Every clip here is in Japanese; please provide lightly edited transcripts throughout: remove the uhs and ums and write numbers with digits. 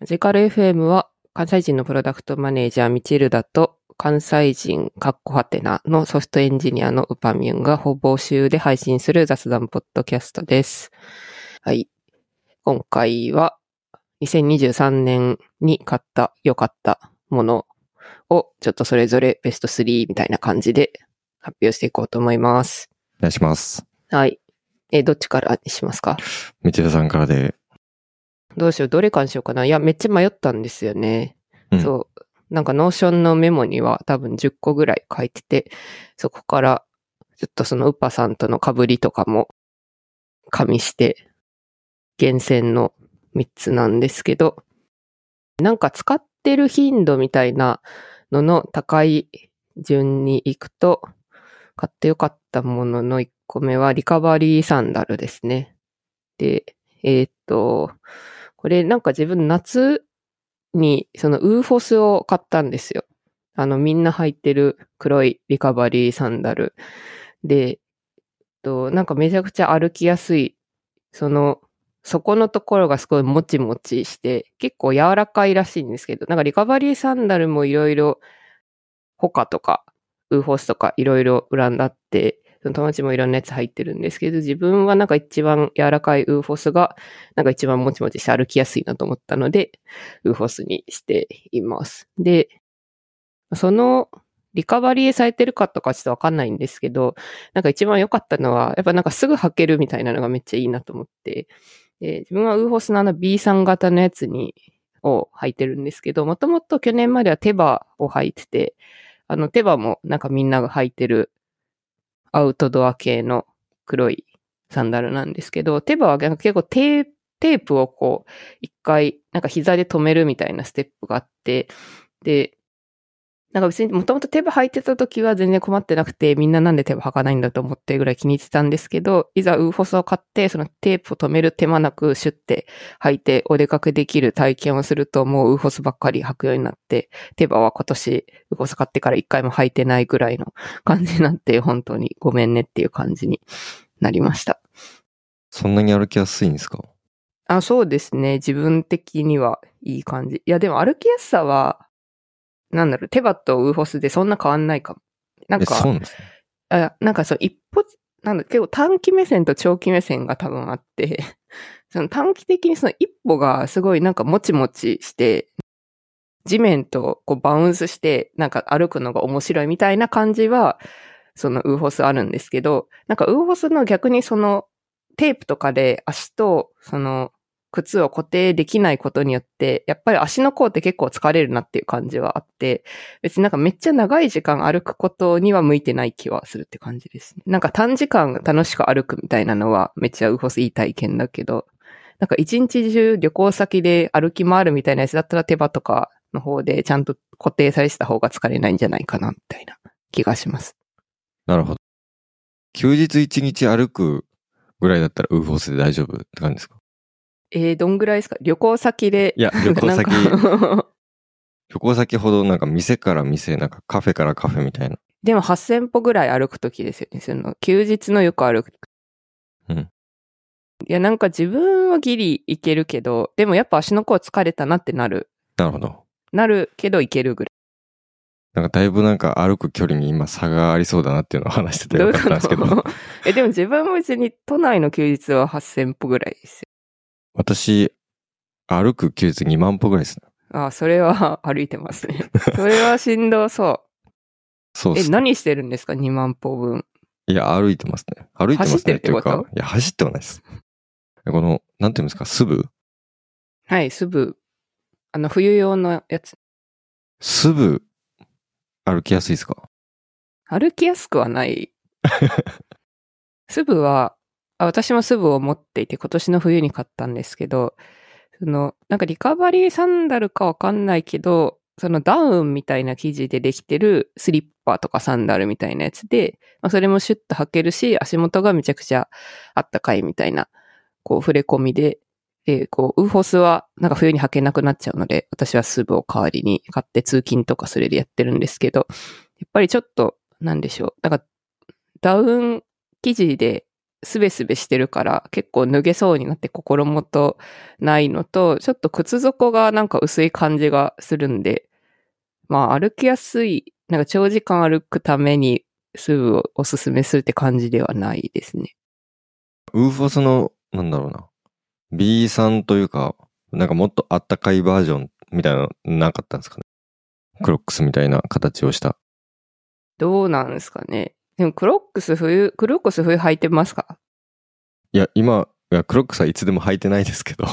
ジカル FM は関西人のプロダクトマネージャーミチルダと関西人のソフトエンジニアのウパミュンがほぼ週で配信する雑談ポッドキャストです。はい。今回は2023年に買った良かったものをちょっとそれぞれベスト3みたいな感じで発表していこうと思います。 お願いします。 はい。どっちからにしますか？ ミチルさんからで。 どうしよう、どれかにしようかな。いや、めっちゃ迷ったんですよね。そう。なんかノーションのメモには多分10個ぐらい書いてて、そこからちょっとそのウパさんとの被りとかも加味して、厳選の3つなんですけど、なんか使ってる頻度みたいなのの高い順に行くと、買ってよかったものの1個目はリカバリーサンダルですね。で、これなんか自分夏にそのウーフォスを買ったんですよ。みんな履いてる黒いリカバリーサンダル。で、なんかめちゃくちゃ歩きやすい、そこのところがすごいもちもちして、結構柔らかいらしいんですけど、なんかリカバリーサンダルもいろいろ、ホカとか、ウーフォスとかいろいろブランドあって、友達もいろんなやつ入ってるんですけど、自分はなんか一番柔らかいウーフォスが、なんか一番もちもちして歩きやすいなと思ったので、ウーフォスにしています。で、その、リカバリーされてるかとかちょっとわかんないんですけど、なんか一番良かったのは、やっぱなんかすぐ履けるみたいなのがめっちゃいいなと思って、で自分はウーフォスのB3 型のやつを履いてるんですけど、もともと去年まではテバを履いてて、テバもなんかみんなが履いてるアウトドア系の黒いサンダルなんですけど、テバは結構テープをこう、一回、なんか膝で止めるみたいなステップがあって、で、なんか別にもともとテバ履いてた時は全然困ってなくて、みんななんでテバ履かないんだと思ってぐらい気に入ってたんですけど、いざウーフォスを買って、そのテープを止める手間なくシュッて履いてお出かけできる体験をすると、もうウーフォスばっかり履くようになって、テバは今年ウーフォス買ってから一回も履いてないぐらいの感じになって、本当にごめんねっていう感じになりました。 そんなに歩きやすいんですか？ そうですね。自分的にはいい感じ。いや、でも歩きやすさは、なんだろう、テバとウーフォスでそんな変わんないかも。なんか、 そうなんですね。 なんか結構短期目線と長期目線が多分あって、その短期的にその一歩がすごいなんかもちもちして、地面とこうバウンスして、なんか歩くのが面白いみたいな感じは、そのウーフォスあるんですけど、なんかウーフォスの逆にそのテープとかで足とその靴を固定できないことによって、やっぱり足の甲って結構疲れるなっていう感じはあって、別になんかめっちゃ長い時間歩くことには向いてない気はするって感じですね。なんか短時間楽しく歩くみたいなのはめっちゃウーフォスいい体験だけど、なんか一日中旅行先で歩き回るみたいなやつだったらテバとかの方でちゃんと固定されてた方が疲れないんじゃないかなみたいな気がします。 なるほど。休日一日歩くぐらいだったらウーフォスで大丈夫って感じですか？ どんぐらいですか？旅行先で。 いや、旅行先ほどなんか店から店、なんかカフェからカフェみたいな。 でも8000歩ぐらい歩くときですよね。その休日のよく歩く。 うん。 いや、なんか自分はギリいけるけど、でもやっぱ足の甲疲れたなってなる。 なるほど。 なるけどいけるぐらい。 なんかだいぶなんか歩く距離に今差がありそうだなっていうのを話しててよかったんですけど。 でも自分も別に都内の休日は8000歩ぐらいですよ。 私、歩く休日2万歩ぐらいですね。 それは歩いてますね。それはしんどそう。 そうですね。 何してるんですか ?2 万歩分。 いや、歩いてますね。歩いてますね。 走ってるってこと？ いや、走ってはないです。この、なんていうんですか、スブ？ はい、スブ。冬用のやつ。 スブ、歩きやすいですか？ 歩きやすくはない。スブは、私もスブを持っていて今年の冬に買ったんですけど、なんかリカバリーサンダルかわかんないけど、そのダウンみたいな生地でできてるスリッパとかサンダルみたいなやつで、それもシュッと履けるし、足元がめちゃくちゃあったかいみたいな、こう触れ込みで、こう、ウーフォスはなんか冬に履けなくなっちゃうので、私はスブを代わりに買って通勤とかそれでやってるんですけど、やっぱりちょっと、なんでしょう。なんかダウン生地ですべすべしてるから結構脱げそうになって心もとないのと、ちょっと靴底がなんか薄い感じがするんで、まあ歩きやすい、なんか長時間歩くためにすぐおすすめするって感じではないですね。 ウーフォスの、なんだろうな。B3 というか、なんかもっとあったかいバージョンみたいなのなかったんですかね。クロックスみたいな形をした。 どうなんですかね。でもクロックス冬履いてますか？ いや、クロックスはいつでも履いてないですけど。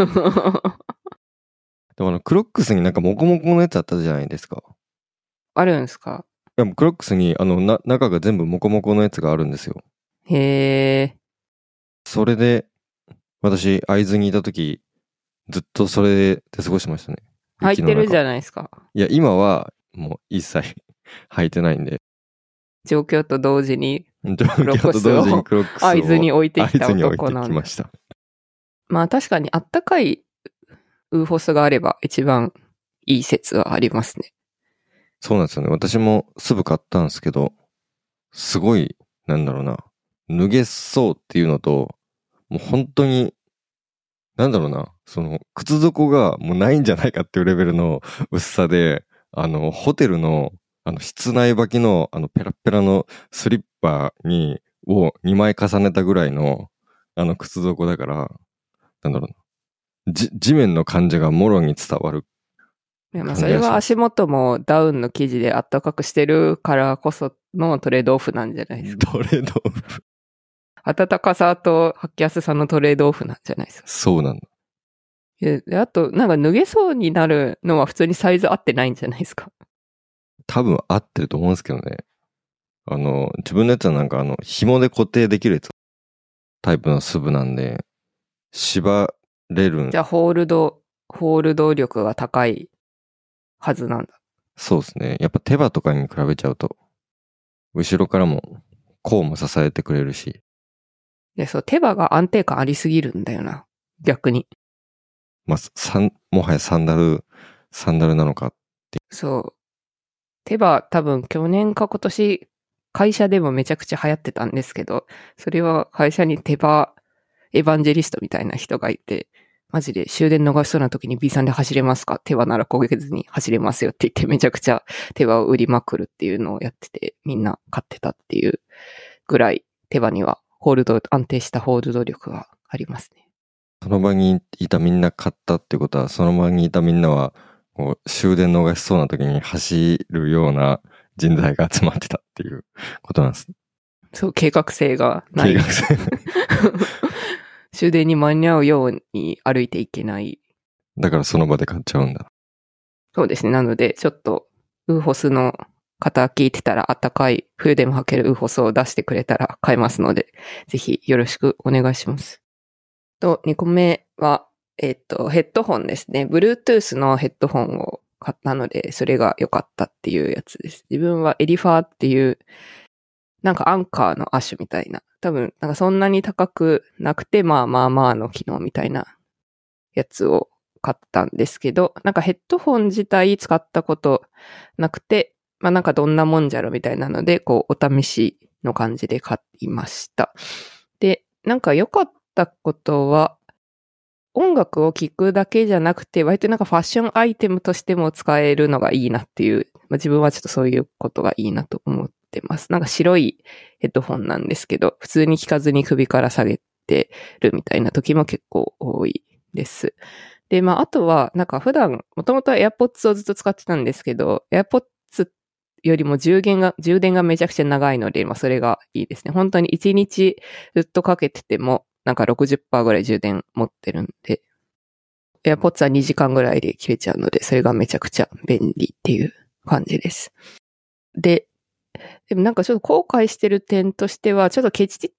でもクロックスになんかモコモコのやつあったじゃないですか。 あるんですか？ いや、クロックスに中が全部モコモコのやつがあるんですよ。 へー。 それで、私、会津にいた時、ずっとそれで過ごしてましたね。 履いてるじゃん。 ないですか。 いや、今はもう一切履いてないんで。 状況と同時に状況と同時にクロックスを会津に置いてきた会津に置い男なんで。 てきました。 まあ確かにあったかいウーフォスがあれば一番いい説はありますね。 そうなんですよね。私もすぐ買ったんですけど、すごい、なんだろうな。脱げそうっていうのと、もう本当に、なんだろうな。靴底がもうないんじゃないかっていうレベルの薄さで、ホテルの、室内履きの、ペラペラのスリッパを2枚重ねたぐらいの、靴底だから、なんだろうな。地面の感じがもろに伝わる。 いやまあそれは足元もダウンの生地で暖かくしてるからこそのトレードオフなんじゃないですか。 トレードオフ。 暖かさと履きやすさのトレードオフなんじゃないですか。 そうなんだ。 であと、なんか脱げそうになるのは普通にサイズ合ってないんじゃないですか。 多分合ってると思うんですけどね。自分のやつはなんか紐で固定できるやつタイプのスブなんで、縛れる。 じゃあホールド力が高いはずなんだ。 そうですね。やっぱ手羽とかに比べちゃうと、後ろからも、こうも支えてくれるし。 で、そう、手羽が安定感ありすぎるんだよな。逆に。 まあ、もはやサンダルなのか。 そう。手羽多分去年か今年会社でもめちゃくちゃ流行ってたんですけど、それは会社に手羽エヴァンジェリストみたいな人がいて、マジで終電逃しそうな時に B3 で走れますか？手羽なら焦げずに走れますよって言ってめちゃくちゃ手羽を売りまくるっていうのをやってて、みんな買ってたっていうぐらい手羽には安定したホールド力がありますね。 その場にいたみんな買ったってことは、その場にいたみんなは、こう終電逃しそうな時に走るような人材が集まってたっていうことなんです。 そう、計画性がない。 計画性。 終電に間に合うように歩いていけない。 だからその場で買っちゃうんだ。 そうですね。なので、ちょっと、ウーフォスの方聞いてたら、あったかい冬でも履けるウーフォスを出してくれたら買えますので、ぜひよろしくお願いします。と、2個目は、ヘッドホンですね。Bluetooth のヘッドホンを買ったので、それが良かったっていうやつです。自分はエリファーっていう、なんかアンカーの亜種みたいな、多分、なんかそんなに高くなくて、まあの機能みたいなやつを買ったんですけど、なんかヘッドホン自体使ったことなくて、まあなんかどんなもんじゃろみたいなので、こうお試しの感じで買いました。で、なんか良かったことは、音楽を聴くだけじゃなくて、割となんかファッションアイテムとしても使えるのがいいなっていう、まあ、自分はちょっとそういうことがいいなと思ってます。なんか白いヘッドホンなんですけど、普通に聴かずに首から下げてるみたいな時も結構多いです。で、まああとは、なんか普段、もともと AirPods をずっと使ってたんですけど、AirPods よりも充電がめちゃくちゃ長いので、まあそれがいいですね。本当に1日ずっとかけてても、なんか 60% ぐらい充電持ってるんで、AirPods は2時間ぐらいで切れちゃうので、それがめちゃくちゃ便利っていう感じです。でもなんかちょっと後悔してる点としては、ちょっとケチって、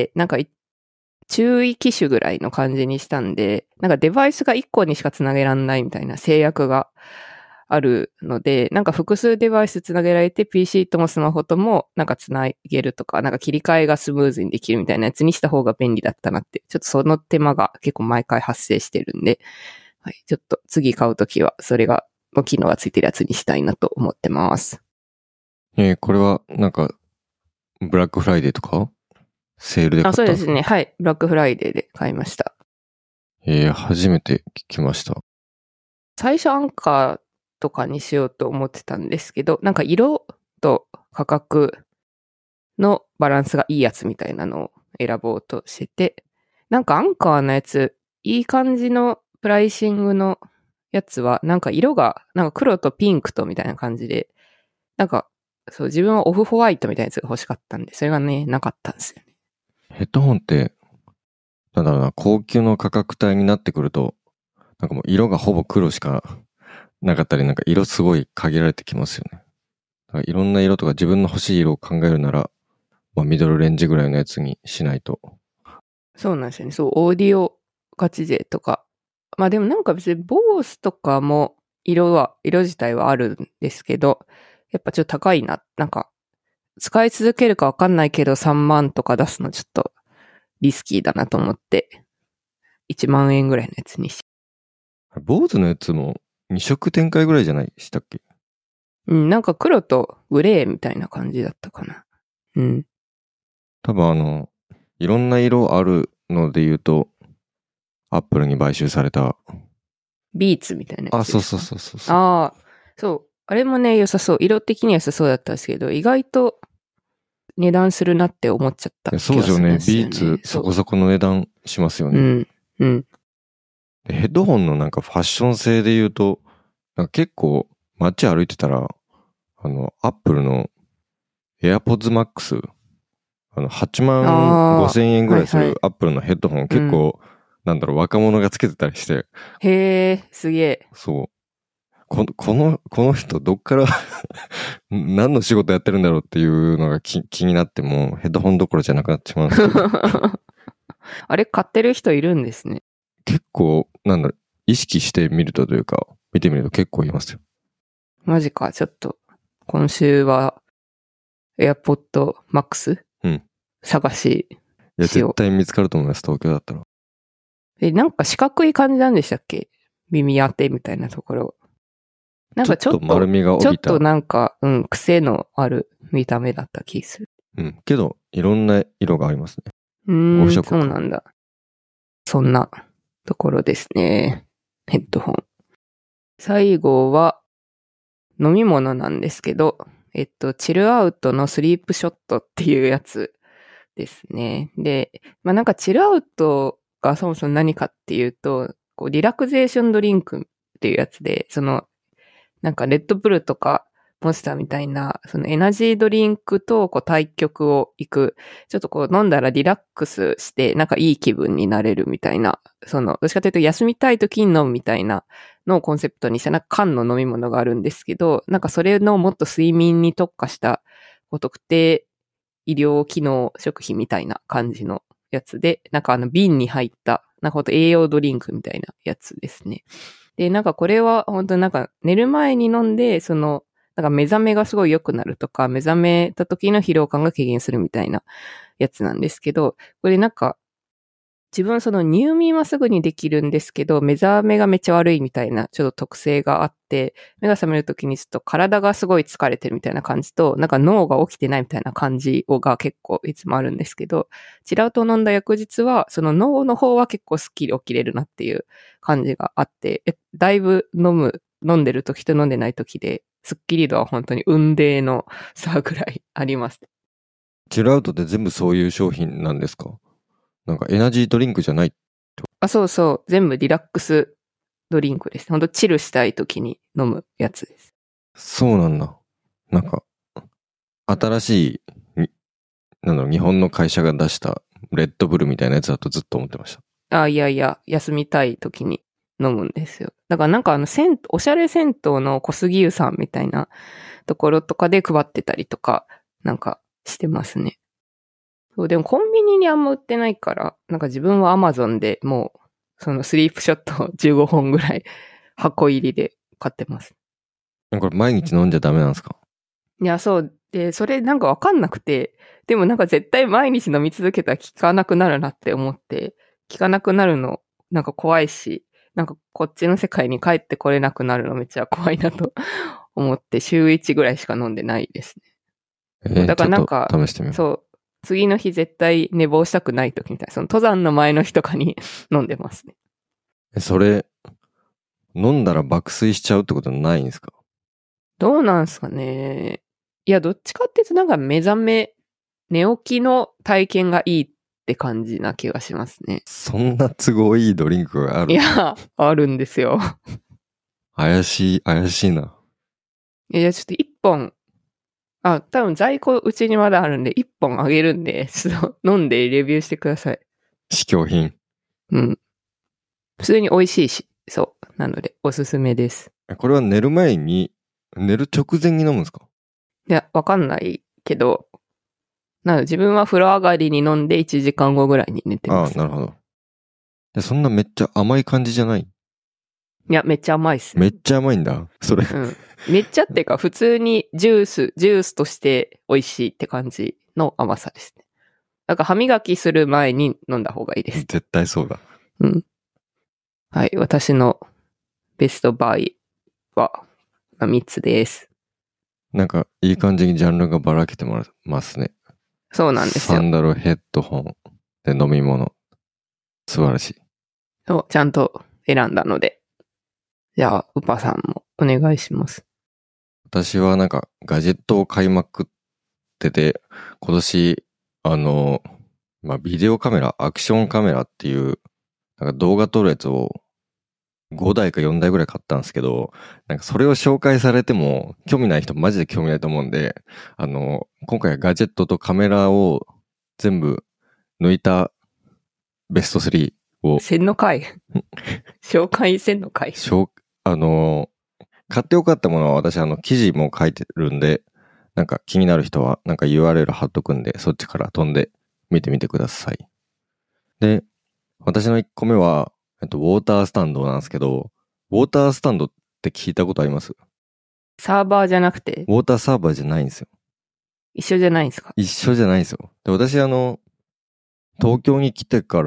なんか注意機種ぐらいの感じにしたんで、なんかデバイスが1個にしかつなげらんないみたいな制約があるので、なんか複数デバイスつなげられて PC ともスマホともなんかつなげるとか、なんか切り替えがスムーズにできるみたいなやつにした方が便利だったなって、ちょっとその手間が結構毎回発生してるんで、はい、ちょっと次買うときはそれが、機能がついてるやつにしたいなと思ってます。 これはなんか、ブラックフライデーとかセールで買ったんですか？ そうですね。はい。ブラックフライデーで買いました。 初めて聞きました。 最初アンカーとかにしようと思ってたんですけど、なんか色と価格のバランスがいいやつみたいなのを選ぼうとしてて、なんかアンカーのやつ、いい感じのプライシングのやつは、なんか色が、なんか黒とピンクとみたいな感じで、なんか、そう、自分はオフホワイトみたいなやつが欲しかったんで、それがね、なかったんですよね。 ヘッドホンって、なんだろうな、高級の価格帯になってくると、なんかもう色がほぼ黒しかなかったり、なんか色すごい限られてきますよね。だからいろんな色とか自分の欲しい色を考えるなら、まあミドルレンジぐらいのやつにしないと。 そうなんですよね。そう、オーディオガチ勢とか。まあでもなんか別にボースとかも色自体はあるんですけど、やっぱちょっと高いな。なんか、使い続けるかわかんないけど3万とか出すのちょっとリスキーだなと思って、1万円ぐらいのやつにし。 坊主のやつも2色展開ぐらいじゃないしたっけ？ うん、なんか黒とグレーみたいな感じだったかな。うん。 多分いろんな色あるので言うと、アップルに買収された。 ビーツみたいなやつですか？ そう。 ああ、そう。あれもね、良さそう。色的には良さそうだったんですけど、意外と値段するなって思っちゃった気がするんですよね。 そうですよね。ビーツそこそこの値段しますよね。 うん。うん。 でヘッドホンのなんかファッション性で言うと、なんか結構街歩いてたら、アップルの AirPods Max、8万5千円ぐらいするアップルのヘッドホン、結構、なんだろう、若者がつけてたりして。 へえ、すげえ。 そう。この人どっから何の仕事やってるんだろうっていうのが気になってもヘッドホンどころじゃなくなってしまうんですけどあれ買ってる人いるんですね。 結構、なんだろう、意識してみるというか、見てみると結構いますよ。 マジか、ちょっと、今週は、AirPod Max？ うん。 探し。 いや、絶対見つかると思います、東京だったら。 なんか四角い感じなんでしたっけ？耳当てみたいなところ。なんかちょっと丸みが帯びた。 ちょっとなんか、癖のある見た目だった気する。 うん。けど、いろんな色がありますね。 そうなんだ。そんなところですね。ヘッドホン。最後は、飲み物なんですけど、チルアウトのスリープショットっていうやつですね。で、まあなんかチルアウトがそもそも何かっていうと、こうリラクゼーションドリンクっていうやつで、なんかレッドブルとかモンスターみたいな、そのエナジードリンクとこう対極を行く、ちょっとこう飲んだらリラックスして、なんかいい気分になれるみたいな、どっちかというと休みたい時に飲むみたいなのをコンセプトにしたなんか缶の飲み物があるんですけど、なんかそれのもっと睡眠に特化した特定医療機能食品みたいな感じのやつで、なんか瓶に入った、なんかほんと栄養ドリンクみたいなやつですね。で、なんかこれは本当になんか寝る前に飲んで、なんか目覚めがすごい良くなるとか、目覚めた時の疲労感が軽減するみたいなやつなんですけど、これなんか自分入眠はすぐにできるんですけど、目覚めがめっちゃ悪いみたいなちょっと特性があって、目が覚めるときにちょっと体がすごい疲れてるみたいな感じと、なんか脳が起きてないみたいな感じが結構いつもあるんですけど、チラウトを飲んだ翌日は、その脳の方は結構スッキリ起きれるなっていう感じがあって、だいぶ飲んでるときと飲んでないときで、スッキリ度は本当に雲泥の差ぐらいあります。 チルアウトって全部そういう商品なんですか？なんかエナジードリンクじゃないそうそう。全部リラックスドリンクです。ほんとチルしたい時に飲むやつです。 そうなんだ。なんか、新しい、日本の会社が出したレッドブルみたいなやつだとずっと思ってました。 いやいや、休みたい時に飲むんですよ。だからなんかおしゃれ銭湯の小杉湯さんみたいなところとかで配ってたりとか、なんかしてますね。そう、でもコンビニにあんま売ってないから、なんか自分は Amazon でもう、スリープショットを15本ぐらい箱入りで買ってます。 これ毎日飲んじゃダメなんですか？ いや、そう。で、それなんかわかんなくて、でもなんか絶対毎日飲み続けたら効かなくなるなって思って、効かなくなるのなんか怖いし、なんかこっちの世界に帰ってこれなくなるのめっちゃ怖いなと思って、週1ぐらいしか飲んでないですね。だからなんか、 ちょっと試してみよう。 そう、 次の日絶対寝坊したくない時みたいな、その登山の前の日とかに飲んでますね。 それ、飲んだら爆睡しちゃうってことないんですか？ どうなんすかね。いや、どっちかっていうとなんか寝起きの体験がいいって感じな気がしますね。 そんな都合いいドリンクがある？ いや、あるんですよ。 怪しいな。 いや、ちょっと一本、多分在庫うちにまだあるんで、一本あげるんで、ちょっと飲んでレビューしてください。 試供品。 うん。普通に美味しいし、そう。なので、おすすめです。 これは寝る直前に飲むんですか？ いや、わかんないけど、なので自分は風呂上がりに飲んで1時間後ぐらいに寝てます。 なるほど。で、そんなめっちゃ甘い感じじゃない？ いや、めっちゃ甘いっす。 めっちゃ甘いんだ。それ。 うん。めっちゃっていうか、普通にジュースとして美味しいって感じの甘さですね。なんか歯磨きする前に飲んだ方がいいです。 絶対そうだ。 うん。はい。私のベストバイは3つです。 なんか、いい感じにジャンルがばらけてますね。 そうなんですよ。 サンダル、ヘッドホン、で飲み物。素晴らしい。 そう、ちゃんと選んだので。じゃあ、ウパさんもお願いします。 私はなんか、ガジェットを買いまくってて、今年、ビデオカメラ、アクションカメラっていう、なんか動画撮るやつを5台か4台ぐらい買ったんですけど、なんかそれを紹介されても、興味ない人マジで興味ないと思うんで、今回はガジェットとカメラを全部抜いたベスト3を。 千の回紹介千の回買ってよかったものは私記事も書いてるんで、なんか気になる人はなんか URL 貼っとくんで、そっちから飛んで見てみてください。で、私の1個目は、ウォータースタンドなんですけど、ウォータースタンドって聞いたことあります？ サーバーじゃなくてウォーターサーバーじゃないんですよ。 一緒じゃないんですか？ 一緒じゃないんですよ。で、私東京に来てから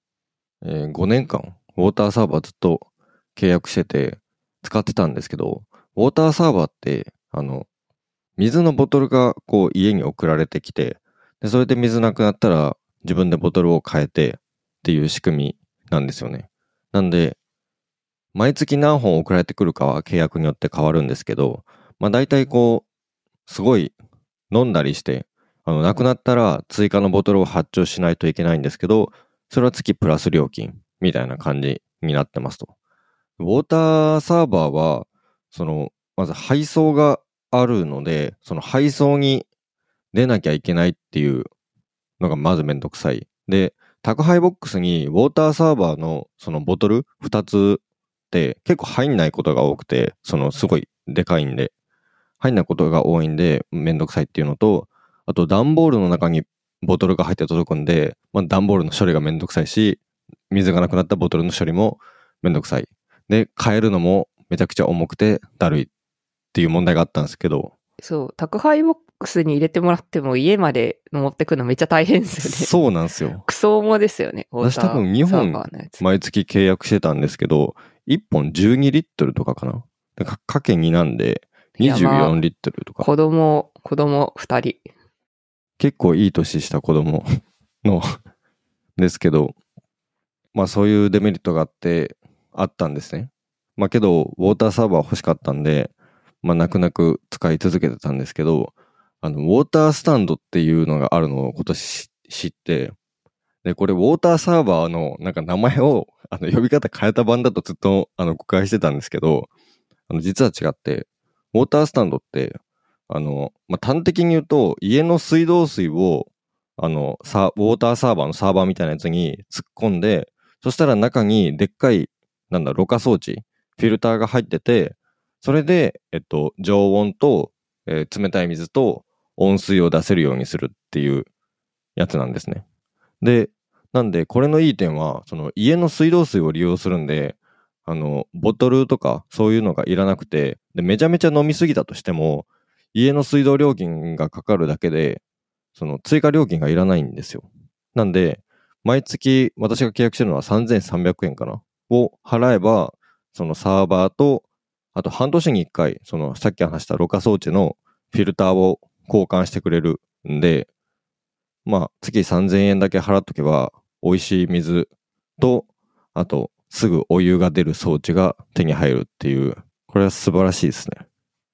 、5年間、ウォーターサーバーずっと契約してて、使ってたんですけど、ウォーターサーバーって、水のボトルがこう家に送られてきて、で、それで水なくなったら自分でボトルを変えてっていう仕組みなんですよね。なんで、毎月何本送られてくるかは契約によって変わるんですけど、大体こう、すごい飲んだりして、なくなったら追加のボトルを発注しないといけないんですけど、それは月プラス料金みたいな感じになってますと。ウォーターサーバーは、まず配送があるので、その配送に出なきゃいけないっていうのがまずめんどくさい。で、宅配ボックスにウォーターサーバーのそのボトル2つって結構入んないことが多くて、すごいでかいんで、入んないことが多いんでめんどくさいっていうのと、あと段ボールの中にボトルが入って届くんで、段ボールの処理がめんどくさいし、水がなくなったボトルの処理もめんどくさい。で、変えるのもめちゃくちゃ重くてだるいっていう問題があったんですけど。 そう、宅配ボックスに入れてもらっても家まで持ってくのめっちゃ大変ですよね。 そうなんですよ。 クソ重ですよね。 私多分2本毎月契約してたんですけど、1本12リットルとかかな。かけ2なんで24リットルとか。 子供2人。 結構いい年した子供のですけど、そういうデメリットがあったんですね。けど、ウォーターサーバー欲しかったんで、泣く泣く使い続けてたんですけど、ウォータースタンドっていうのがあるのを今年知って、で、これウォーターサーバーのなんか名前を呼び方変えた版だとずっと誤解してたんですけど、実は違って、ウォータースタンドって、端的に言うと、家の水道水を、ウォーターサーバーのサーバーみたいなやつに突っ込んで、そしたら中にでっかい、ろ過装置、フィルターが入ってて、それで、常温と、冷たい水と温水を出せるようにするっていうやつなんですね。で、なんで、これのいい点は、家の水道水を利用するんで、ボトルとかそういうのがいらなくて、で、めちゃめちゃ飲みすぎたとしても、家の水道料金がかかるだけで、追加料金がいらないんですよ。なんで、毎月私が契約してるのは3300円かなを払えば、そのサーバーと、あと半年に1回、さっき話したろ過装置のフィルターを交換してくれるんで、 まあ、月3000円だけ払っとけば、美味しい水と、あと、すぐお湯が出る装置が手に入るっていう、これは素晴らしいですね。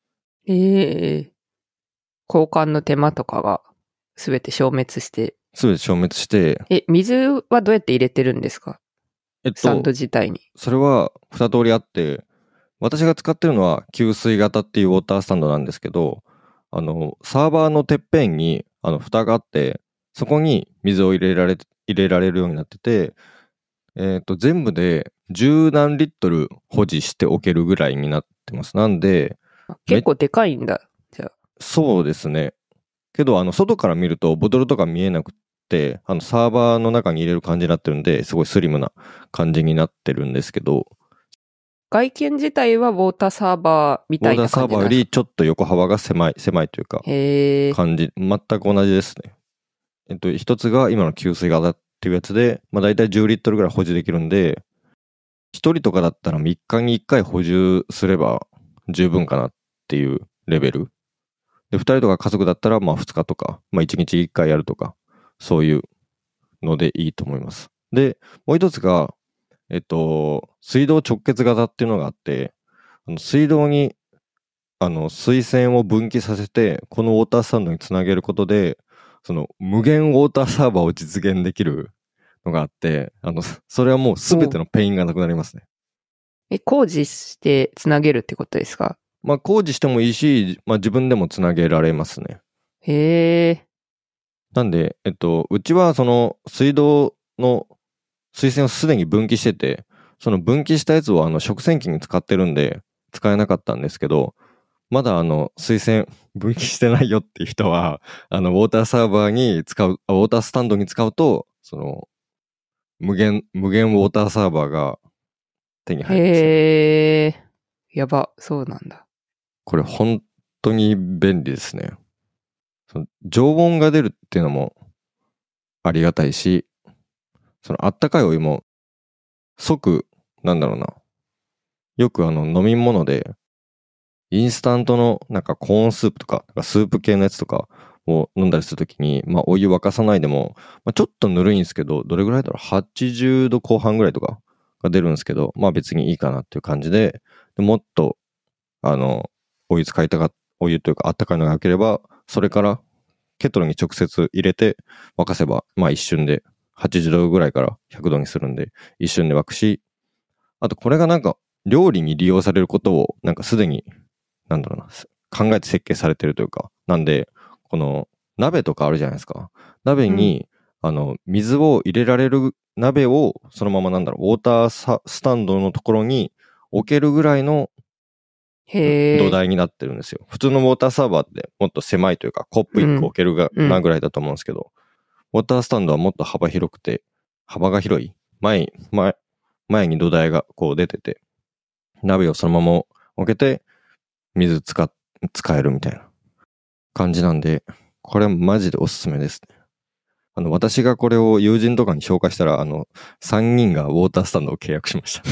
交換の手間とかがすべて消滅して。 すべて消滅して。 水はどうやって入れてるんですか？スタンド自体に。 それは2通りあって、私が使ってるのは給水型っていうウォータースタンドなんですけど、サーバーのてっぺんに、蓋があって、そこに水を入れられるようになってて、全部で十何リットル保持しておけるぐらいになってます。なんで、 結構でかいんだ。じゃあ。 そうですね。けど、外から見るとボトルとか見えなくて、サーバーの中に入れる感じになってるんで、すごいスリムな感じになってるんですけど、 外見自体はウォーターサーバーみたいな感じなんですか？ウォーターサーバーよりちょっと横幅が狭いというか、感じ、全く同じですね。一つが今の給水型っていうやつで、まあ大体10リットルぐらい補充できるんで、一人とかだったら3日に1回補充すれば十分かなっていうレベル。で、2人とか家族だったらまあ2日とか、まあ1日1回やるとか、そういうのでいいと思います。で、もう一つが、水道直結型っていうのがあって、水道に、水栓を分岐させて、このウォータースタンドにつなげることで、その無限ウォーターサーバーを実現できるのがあって、それはもうすべてのペインがなくなりますね。 工事してつなげるってことですか？ まあ工事してもいいし、まあ自分でもつなげられますね。 へー。 なんで、うちはその水道の水栓をすでに分岐してて、その分岐したやつを食洗機に使ってるんで、使えなかったんですけど、まだ水栓分岐してないよっていう人は、ウォーターサーバーに使う、ウォータースタンドに使うと、その、無限ウォーターサーバーが手に入るんですよ。 へー。やば、そうなんだ。 これ本当に便利ですね。常温が出るっていうのもありがたいし、そのあったかいお湯も即、なんだろうな。よく飲み物で、インスタントのなんかコーンスープとか、スープ系のやつとかを飲んだりするときに、まあお湯沸かさないでも、まあ、ちょっとぬるいんですけど、どれぐらいだろう ?80 度後半ぐらいとかが出るんですけど、まあ別にいいかなっていう感じで、もっと、お湯使いたか、お湯というかあったかいのが良ければ、それからケトルに直接入れて沸かせば、まあ一瞬で80度ぐらいから100度にするんで、一瞬で沸くし、あとこれがなんか料理に利用されることをなんかすでになんだろうな、考えて設計されてるというか、なんで、この鍋とかあるじゃないですか。鍋に、水を入れられる鍋をそのままなんだろう、ウォータースタンドのところに置けるぐらいの土台になってるんですよ。普通のウォーターサーバーってもっと狭いというか、コップ1個置けるなぐらいだと思うんですけど、ウォータースタンドはもっと幅広くて、幅が広い。前に土台がこう出てて、鍋をそのまま置けて、水使えるみたいな感じなんで、これはマジでおすすめですね。私がこれを友人とかに紹介したら、3人がウォータースタンドを契約しました。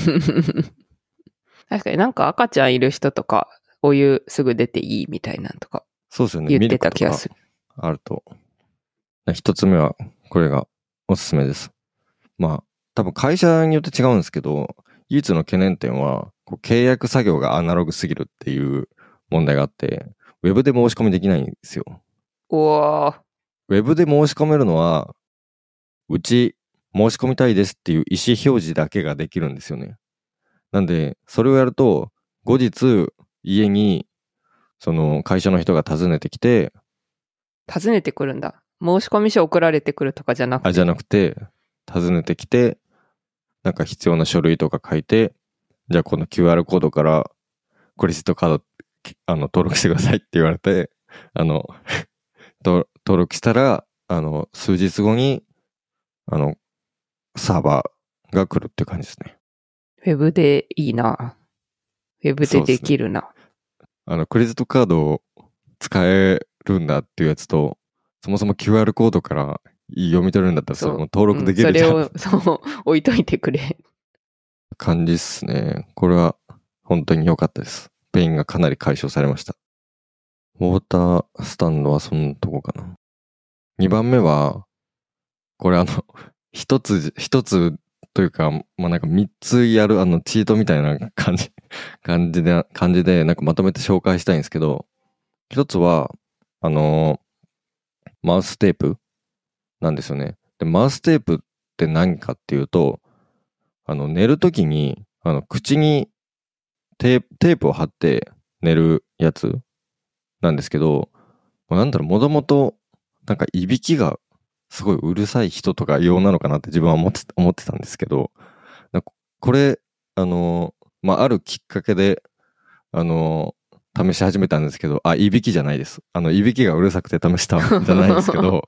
確かになんか赤ちゃんいる人とか、お湯すぐ出ていいみたいなんとか。 そうですよね。 言ってた気がする。 あると。一つ目は、これがおすすめです。まあ、多分会社によって違うんですけど、唯一の懸念点は、契約作業がアナログすぎるっていう問題があって、ウェブで申し込みできないんですよ。 うわウェブで申し込めるのは、うち申し込みたいですっていう意思表示だけができるんですよね。なんで、それをやると、後日、家に、その会社の人が訪ねてきて、 訪ねてくるんだ。申し込み書送られてくるとかじゃなくて。 じゃなくて、訪ねてきて、なんか必要な書類とか書いて、じゃあこの QR コードからクレジットカード登録してくださいって言われて、登録したら、数日後に、サーバーが来るっていう感じですね。 ウェブでいいな。ウェブでできるな。 クレジットカードを使えるんだっていうやつと、そもそも QR コードから読み取れるんだったらそれも登録できるじゃん。 それを、置いといてくれ。 感じっすね。これは本当に良かったです。ペインがかなり解消されました。ウォータースタンドはそんなとこかな。 2番目は、これ一つというか、まあ、なんか3つやるチートみたいな感じで、なんかまとめて紹介したいんですけど、一つは、マウステープなんですよね。で、マウステープって何かっていうと、寝るときに、口にテープを貼って寝るやつなんですけど、なんだろう、もともと、なんか、いびきがすごいうるさい人とか用なのかなって自分は思ってたんですけど、これ、まあ、あるきっかけで、試し始めたんですけど、いびきじゃないです。いびきがうるさくて試したんじゃないんですけど、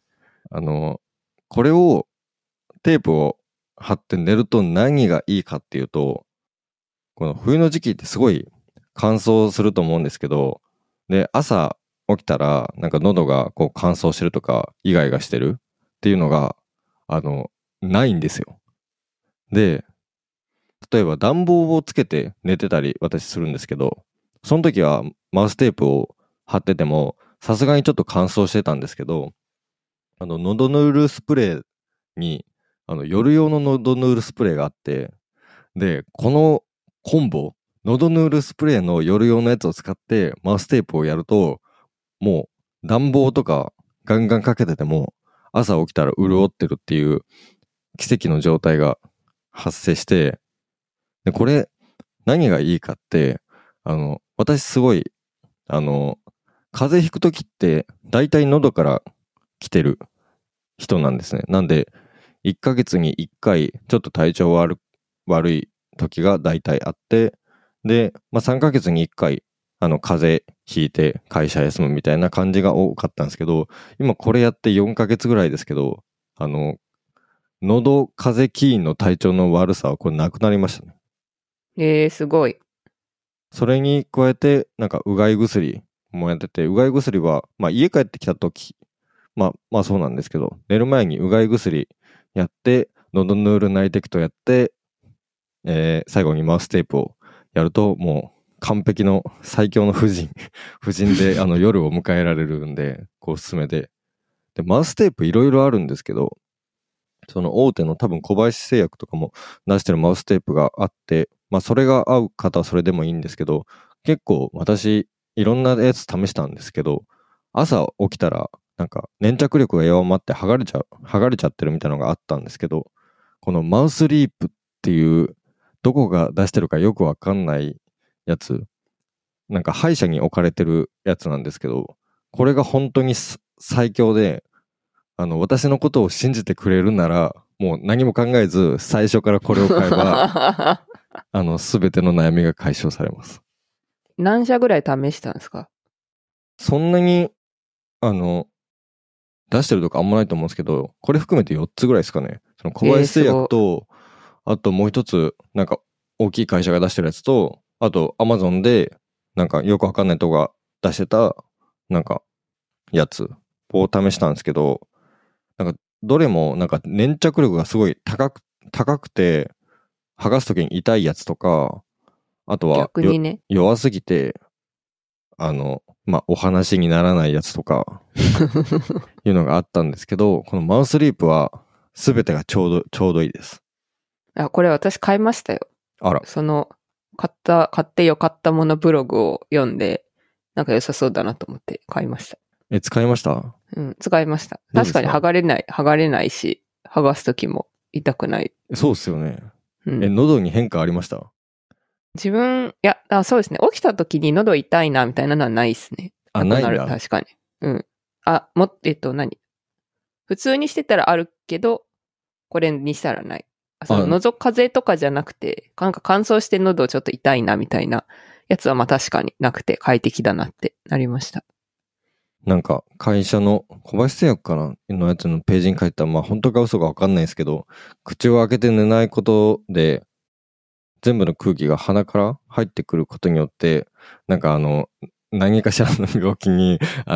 これを、テープを貼って寝ると何がいいかっていうと、この冬の時期ってすごい乾燥すると思うんですけど、で、朝起きたら、なんか喉がこう乾燥してるとか、イガイガしてるっていうのが、ないんですよ。で、例えば暖房をつけて寝てたり私するんですけど、その時はマウステープを貼ってても、さすがにちょっと乾燥してたんですけど、喉ヌールスプレーに、夜用の喉ヌールスプレーがあって、で、このコンボ、喉ヌールスプレーの夜用のやつを使ってマウステープをやると、もう暖房とかガンガンかけてても朝起きたら潤ってるっていう奇跡の状態が発生して、で、これ何がいいかって、私すごい、風邪ひくときって大体喉から来てる人なんですね。なんで、1ヶ月に1回ちょっと体調悪い時が大体あって、で、まあ、3ヶ月に1回、風邪ひいて会社休むみたいな感じが多かったんですけど、今これやって4ヶ月ぐらいですけど、喉風邪起因の体調の悪さはこれなくなりましたね。 すごい。 それに加えて、なんかうがい薬もやってて、うがい薬は、まあ家帰ってきた時、まあそうなんですけど、寝る前にうがい薬やって、喉ヌールナイテクトやって、最後にマウステープをやると、もう完璧の最強の婦人で夜を迎えられるんで、おすすめで。で、マウステープいろいろあるんですけど、その大手の多分小林製薬とかも出してるマウステープがあって、まあそれが合う方はそれでもいいんですけど、結構私いろんなやつ試したんですけど、朝起きたらなんか粘着力が弱まって剥がれちゃってるみたいなのがあったんですけど、このマウスリープっていうどこが出してるかよくわかんないやつ、なんか歯医者に置かれてるやつなんですけど、これが本当に最強で、私のことを信じてくれるなら、もう何も考えず、最初からこれを買えば、すべての悩みが解消されます。 何社ぐらい試したんですか？ そんなに、出してるとかあんまないと思うんですけど、これ含めて4つぐらいですかね。その小林製薬と、あともう一つ、なんか大きい会社が出してるやつと、あと Amazon で、なんかよくわかんないとこが出してた、なんか、やつを試したんですけど、なんか、どれも、なんか粘着力がすごい高くて、剥がすときに痛いやつとか、あとは、 逆にね。 弱すぎて、まあ、お話にならないやつとか、いうのがあったんですけど、このマウスリープは、すべてがちょうどいいです。 これ私買いましたよ。 あら。 買ってよかったものブログを読んで、なんか良さそうだなと思って買いました。 使いました？ うん、使いました。確かに剥がれないし、剥がすときも痛くない。 そうっすよね。 うん、 喉に変化ありました？ 自分、そうですね。起きたときに喉痛いな、みたいなのはないですね。 ないんだ。 確かに。うん。普通にしてたらあるけど、これにしたらない。喉風邪とかじゃなくて、なんか乾燥して喉ちょっと痛いなみたいなやつはまあ確かになくて快適だなってなりました。 なんか会社の小林製薬かなのやつのページに書いたら、まあ本当か嘘かわかんないですけど、口を開けて寝ないことで、全部の空気が鼻から入ってくることによって、なんか何かしらの病気に、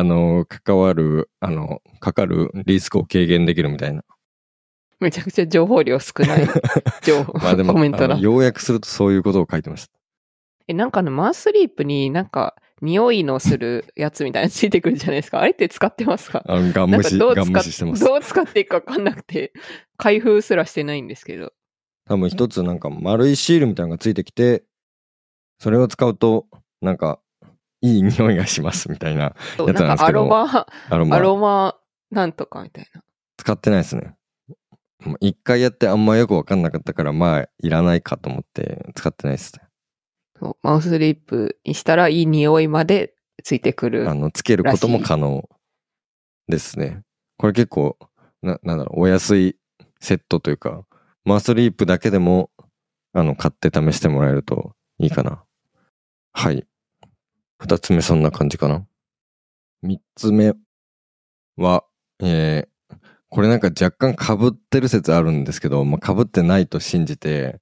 かかるリスクを軽減できるみたいな。 めちゃくちゃ情報量少ないまあでもコメントだ。 要約するとそういうことを書いてました。 なんかマウスリープになんか匂いのするやつみたいなのついてくるじゃないですか。あれって使ってますか？ ガン無視してます。 どう使っていいかわかんなくて、開封すらしてないんですけど。 多分一つなんか丸いシールみたいなのがついてきて、それを使うと、なんか、いい匂いがしますみたいなやつなんですけど。 なんかアロマなんとかみたいな。 使ってないですね。一回やってあんまよくわかんなかったから、まあ、いらないかと思って使ってないですね。 そうマウスリップにしたらいい匂いまでついてくる。 つけることも可能ですね。これ結構、なんだろう、お安いセットというか、マウスリップだけでも、買って試してもらえるといいかな。はい。二つ目そんな感じかな。三つ目は、これなんか若干被ってる説あるんですけど、まあ、被ってないと信じて、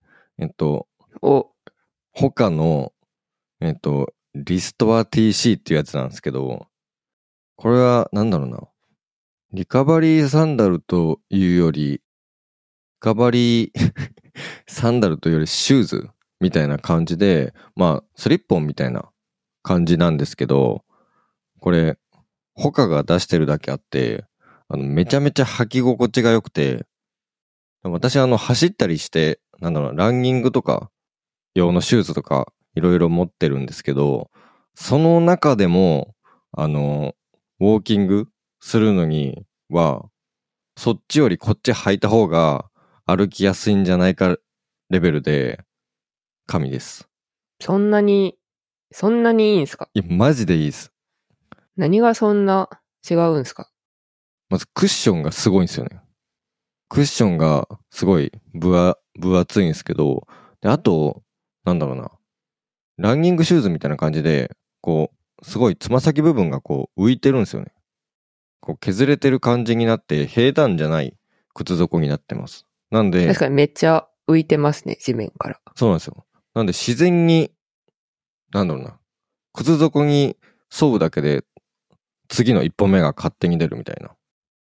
他の、リストア TC っていうやつなんですけど、これはなんだろうな。リカバリーサンダルというより、リカバリーサンダルというよりシューズみたいな感じで、まあ、スリッポンみたいな感じなんですけど、これ、他が出してるだけあって、めちゃめちゃ履き心地が良くて、私走ったりして、なんだろう、ランニングとか、用のシューズとか、いろいろ持ってるんですけど、その中でも、ウォーキングするのには、そっちよりこっち履いた方が歩きやすいんじゃないかレベルで、神です。 そんなにいいんすか？ いや、マジでいいです。 何がそんな違うんすか？ まずクッションがすごいんですよね。クッションがすごい分厚いんですけど、で、あと、なんだろうな。ランニングシューズみたいな感じで、こう、すごいつま先部分がこう浮いてるんですよね。こう削れてる感じになって平坦じゃない靴底になってます。なんで、 確かにめっちゃ浮いてますね、地面から。 そうなんですよ。なんで自然に、なんだろうな。靴底に沿うだけで次の一歩目が勝手に出るみたいな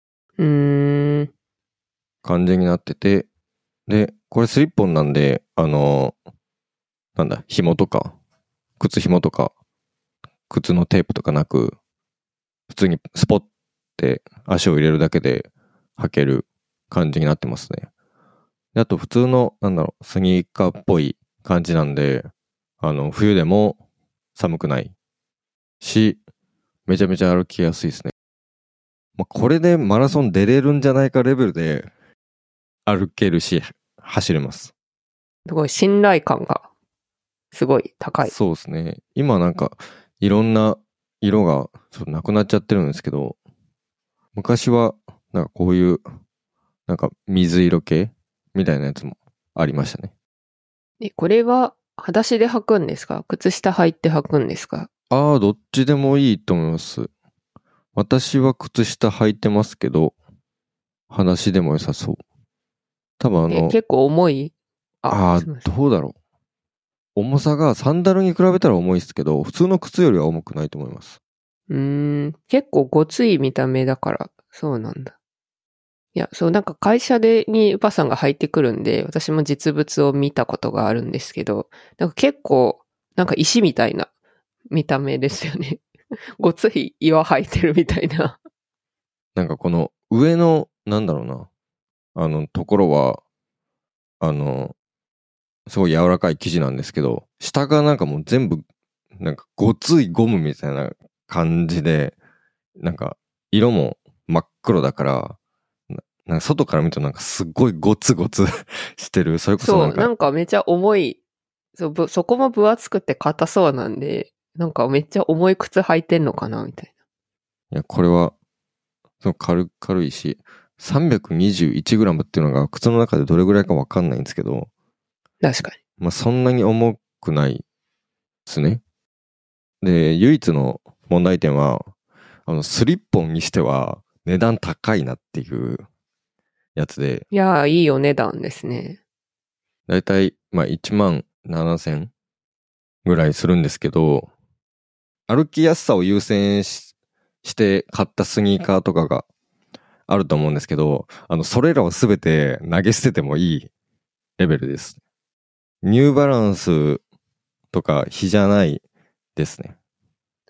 感じになってて、で、これスリッポンなんで、なんだ、紐とか、靴紐とか、靴のテープとかなく、普通にスポッて足を入れるだけで履ける感じになってますね。であと普通の、なんだろう、スニーカーっぽい感じなんで、冬でも寒くないし、めちゃめちゃ歩きやすいですね。まあ、これでマラソン出れるんじゃないかレベルで歩けるし、走れます。 すごい信頼感がすごい高い。 そうですね。今なんかいろんな色がちょっとなくなっちゃってるんですけど、昔はなんかこういうなんか水色系みたいなやつもありましたね。 これは裸足で履くんですか？靴下履いて履くんですか？ どっちでもいいと思います。私は靴下履いてますけど、裸足でも良さそう。多分結構重い？ どうだろう。重さがサンダルに比べたら重いですけど、普通の靴よりは重くないと思います。 結構ごつい見た目だから、そうなんだ。いや、そう、なんか会社にウパさんが履いてくるんで、私も実物を見たことがあるんですけど、なんか結構、なんか石みたいな見た目ですよね。ごつい岩履いてるみたいな。 なんかこの上の、なんだろうな、ところは、すごい柔らかい生地なんですけど、下がなんかもう全部、なんかごついゴムみたいな感じで、なんか色も真っ黒だから、なんか外から見るとなんかすっごいゴツゴツしてる。それこそなんか。 そう、なんかめちゃ重い。そこも分厚くて硬そうなんで、なんかめっちゃ重い靴履いてんのかなみたいいや、これは、軽いし、321g っていうのが靴の中でどれぐらいかわかんないんですけど。 確かに。 まあ、そんなに重くないですね。で、唯一の問題点は、スリッポンにしては値段高いなっていうやつで。 いやー、いいお値段ですね。 だいたい、まあ、17,000ぐらいするんですけど、歩きやすさを優先して買ったスニーカーとかがあると思うんですけど、それらをすべて投げ捨ててもいいレベルです。ニューバランスとか比じゃないですね。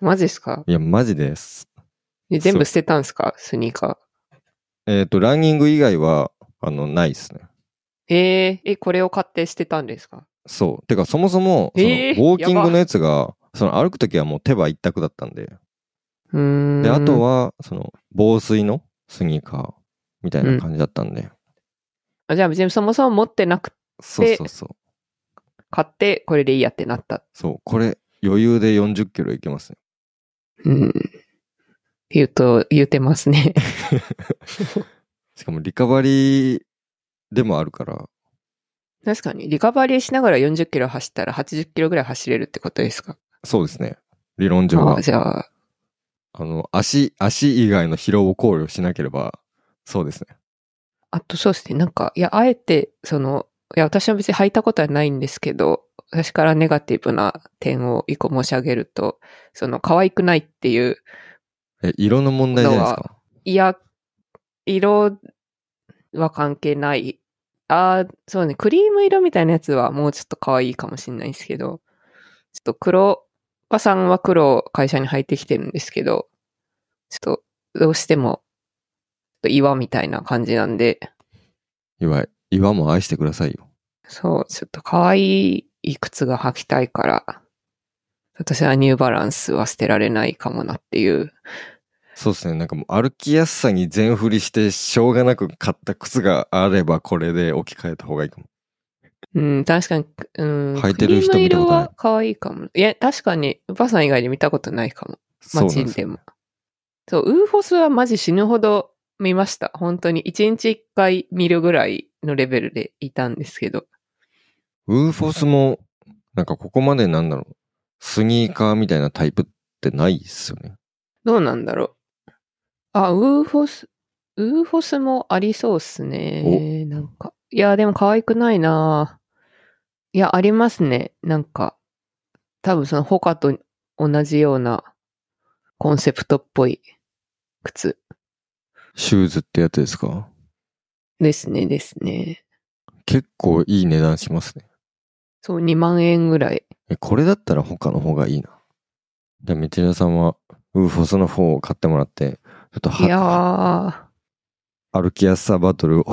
マジですか？ いや、マジです。 全部捨てたんですか？スニーカー。ランニング以外は、ないですね。 これを買って捨てたんですか？ そう。てか、そもそも、ウォーキングのやつが、歩くときはもう手羽一択だったんで。で、あとは、防水のスニーカーみたいな感じだったんで。 じゃあ別にそもそも持ってなくて、 そう。 買ってこれでいいやってなった。 そう。これ、余裕で40キロいけますね。言うてますね。 しかもリカバリーでもあるから。 確かに、リカバリーしながら40キロ走ったら80キロぐらい走れるってことですか？ そうですね。理論上は。 じゃあ。 足以外の疲労を考慮しなければ、そうですね。 あとそうですね。あえて、私は別に履いたことはないんですけど、私からネガティブな点を一個申し上げると、可愛くないっていう。 色の問題じゃないですか？ いや、色は関係ない。そうね。クリーム色みたいなやつはもうちょっと可愛いかもしれないですけど、ちょっとおばさんは黒を会社に履いてきてるんですけど、ちょっとどうしても、岩みたいな感じなんで。 岩も愛してくださいよ。 そう、ちょっと可愛い靴が履きたいから、私はニューバランスは捨てられないかもなっていう。 そうですね。なんかもう歩きやすさに全振りしてしょうがなく買った靴があればこれで置き換えた方がいいかも。 確かに、 履いてる人見たことない。 クリーム色は可愛いかも。いや、確かに、ウパさん以外で見たことないかも。街でも。そう、ウーフォスはマジ死ぬほど見ました。本当に1日1回見るぐらいのレベルでいたんですけど。 ウーフォスも、なんかここまでスニーカーみたいなタイプってないっすよね。 どうなんだろう。ウーフォスもありそうっすね。なんか。いや、でも可愛くないないや、ありますね。なんか、多分他と同じようなコンセプトっぽい靴。 シューズってやつですか？ ですね。 結構いい値段しますね。 そう、2万円ぐらい。 これだったら他の方がいいな。じゃあ、みちるさんは、ウーフォスの方を買ってもらって、ちょっといや歩きやすさバトルを。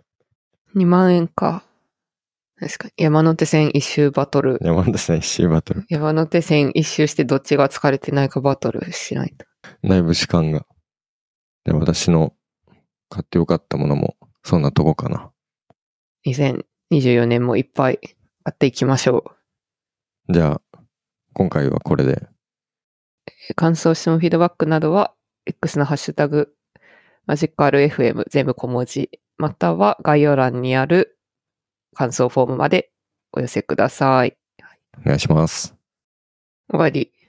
2万円か。確かに。山手線一周バトル。 山手線一周バトル。 山手線一周してどっちが疲れてないかバトルしないと。 だいぶ時間が。で、私の買ってよかったものも、そんなとこかな。 2024年もいっぱい買っていきましょう。じゃあ、今回はこれで。 感想、質問、フィードバックなどは、X のハッシュタグ、マジック RFM 全部小文字、または概要欄にある感想フォームまでお寄せください。 お願いします。 終わり。